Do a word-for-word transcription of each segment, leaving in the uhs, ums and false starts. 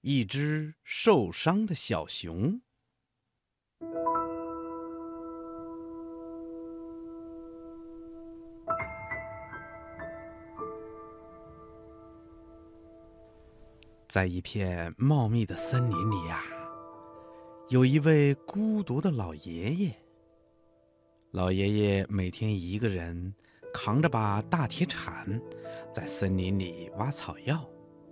一只受伤的小熊。在一片茂密的森林里呀、啊，有一位孤独的老爷爷。老爷爷每天一个人扛着把大铁铲，在森林里挖草药。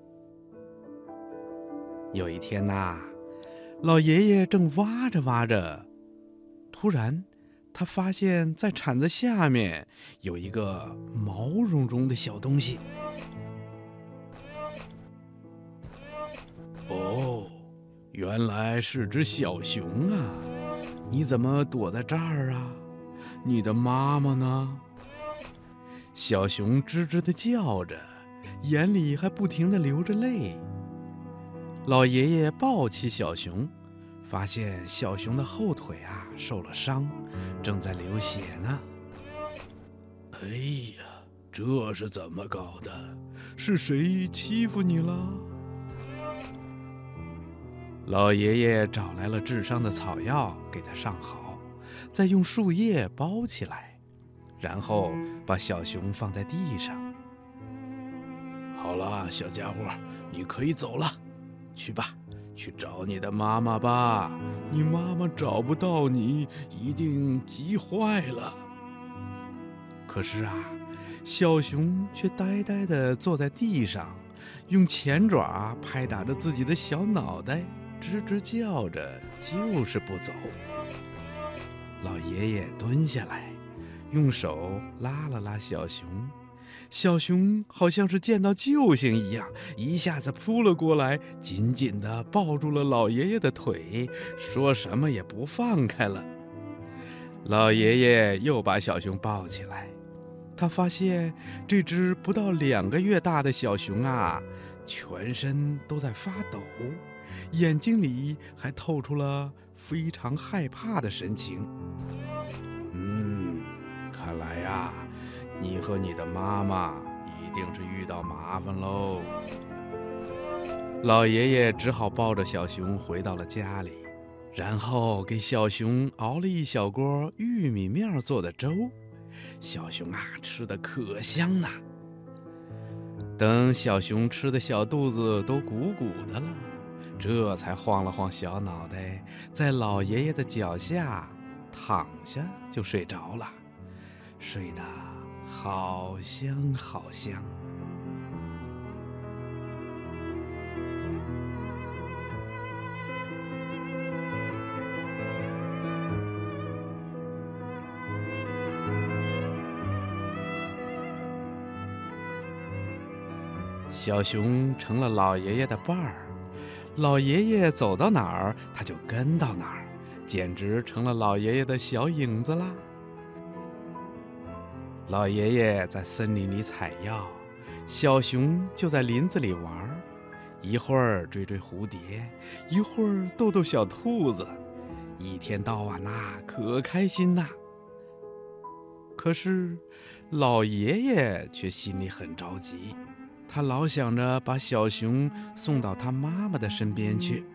有一天呐、啊，老爷爷正挖着挖着，突然他发现在铲子下面有一个毛茸茸的小东西。哦，原来是只小熊啊！你怎么躲在这儿啊？你的妈妈呢？小熊吱吱地叫着，眼里还不停地流着泪。老爷爷抱起小熊，发现小熊的后腿啊受了伤，正在流血呢。哎呀，这是怎么搞的？是谁欺负你了？老爷爷找来了治伤的草药，给它上好，再用树叶包起来，然后把小熊放在地上。好了，小家伙，你可以走了，去吧，去找你的妈妈吧。你妈妈找不到你，一定急坏了。可是啊，小熊却呆呆地坐在地上，用前爪拍打着自己的小脑袋，吱吱叫着，就是不走。老爷爷蹲下来，用手拉了拉小熊，小熊好像是见到救星一样，一下子扑了过来，紧紧地抱住了老爷爷的腿，说什么也不放开了。老爷爷又把小熊抱起来，他发现这只不到两个月大的小熊啊，全身都在发抖，眼睛里还透出了非常害怕的神情。嗯，看来呀，你和你的妈妈一定是遇到麻烦喽。老爷爷只好抱着小熊回到了家里，然后给小熊熬了一小锅玉米面做的粥。小熊啊，吃得可香呐！等小熊吃的小肚子都鼓鼓的了，这才晃了晃小脑袋，在老爷爷的脚下躺下就睡着了，睡得好香好香。小熊成了老爷爷的伴儿，老爷爷走到哪儿，他就跟到哪儿，简直成了老爷爷的小影子啦。老爷爷在森林里采药，小熊就在林子里玩，一会儿追追蝴蝶，一会儿逗逗小兔子，一天到晚呐，可开心呐。可是老爷爷却心里很着急，他老想着把小熊送到他妈妈的身边去。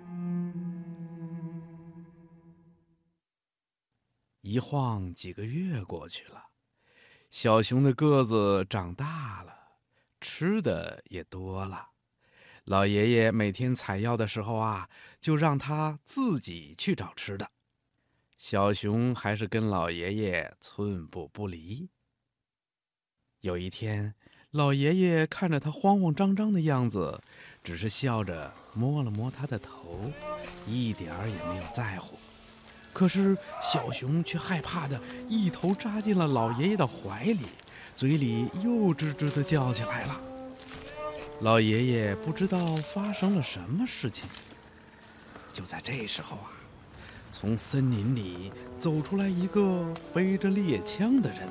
一晃几个月过去了，小熊的个子长大了，吃的也多了。老爷爷每天采药的时候啊，就让他自己去找吃的。小熊还是跟老爷爷寸步不离。有一天，老爷爷看着他慌慌张张的样子，只是笑着摸了摸他的头，一点儿也没有在乎。可是小熊却害怕的一头扎进了老爷爷的怀里，嘴里又吱吱地叫起来了。老爷爷不知道发生了什么事情。就在这时候啊，从森林里走出来一个背着猎枪的人。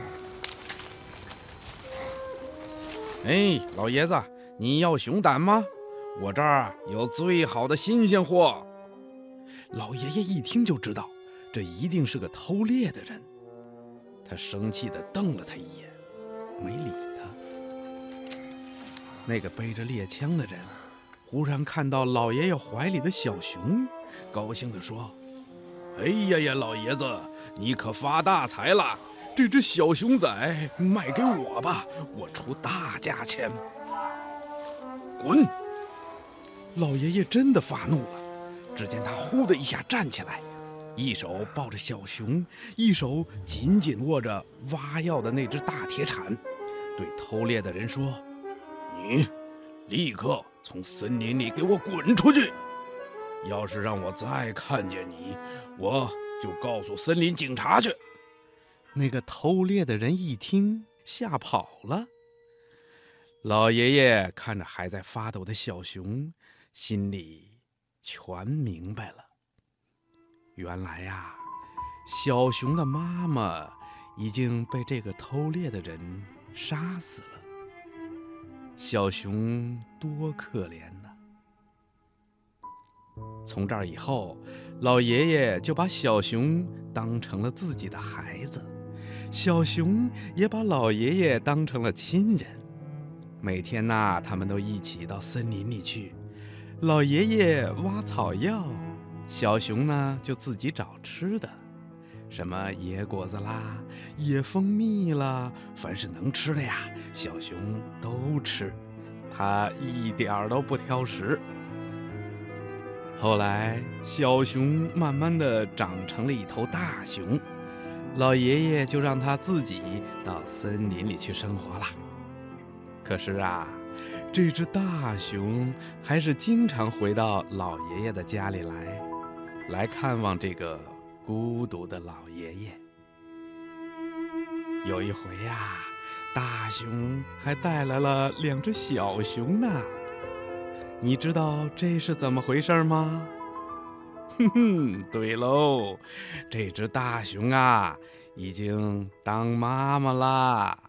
哎，老爷子，你要熊胆吗？我这儿有最好的新鲜货。老爷爷一听就知道，这一定是个偷猎的人。他生气地瞪了他一眼，没理他。那个背着猎枪的人忽然看到老爷爷怀里的小熊，高兴地说：“哎呀呀，老爷子，你可发大财了！这只小熊仔卖给我吧，我出大价钱。”滚！老爷爷真的发怒了，只见他呼的一下站起来，一手抱着小熊，一手紧紧握着挖药的那只大铁铲，对偷猎的人说：“你立刻从森林里给我滚出去！要是让我再看见你，我就告诉森林警察去。”那个偷猎的人一听，吓跑了。老爷爷看着还在发抖的小熊，心里全明白了。原来呀，小熊的妈妈已经被这个偷猎的人杀死了。小熊多可怜呐！从这儿以后，老爷爷就把小熊当成了自己的孩子，小熊也把老爷爷当成了亲人。每天呐，他们都一起到森林里去，老爷爷挖草药，小熊呢就自己找吃的，什么野果子啦、野蜂蜜啦，凡是能吃的呀，小熊都吃，它一点儿都不挑食。后来，小熊慢慢的长成了一头大熊，老爷爷就让它自己到森林里去生活了。可是啊，这只大熊还是经常回到老爷爷的家里来，来看望这个孤独的老爷爷。有一回呀，大熊还带来了两只小熊呢。你知道这是怎么回事吗？哼哼，对喽，这只大熊啊，已经当妈妈啦。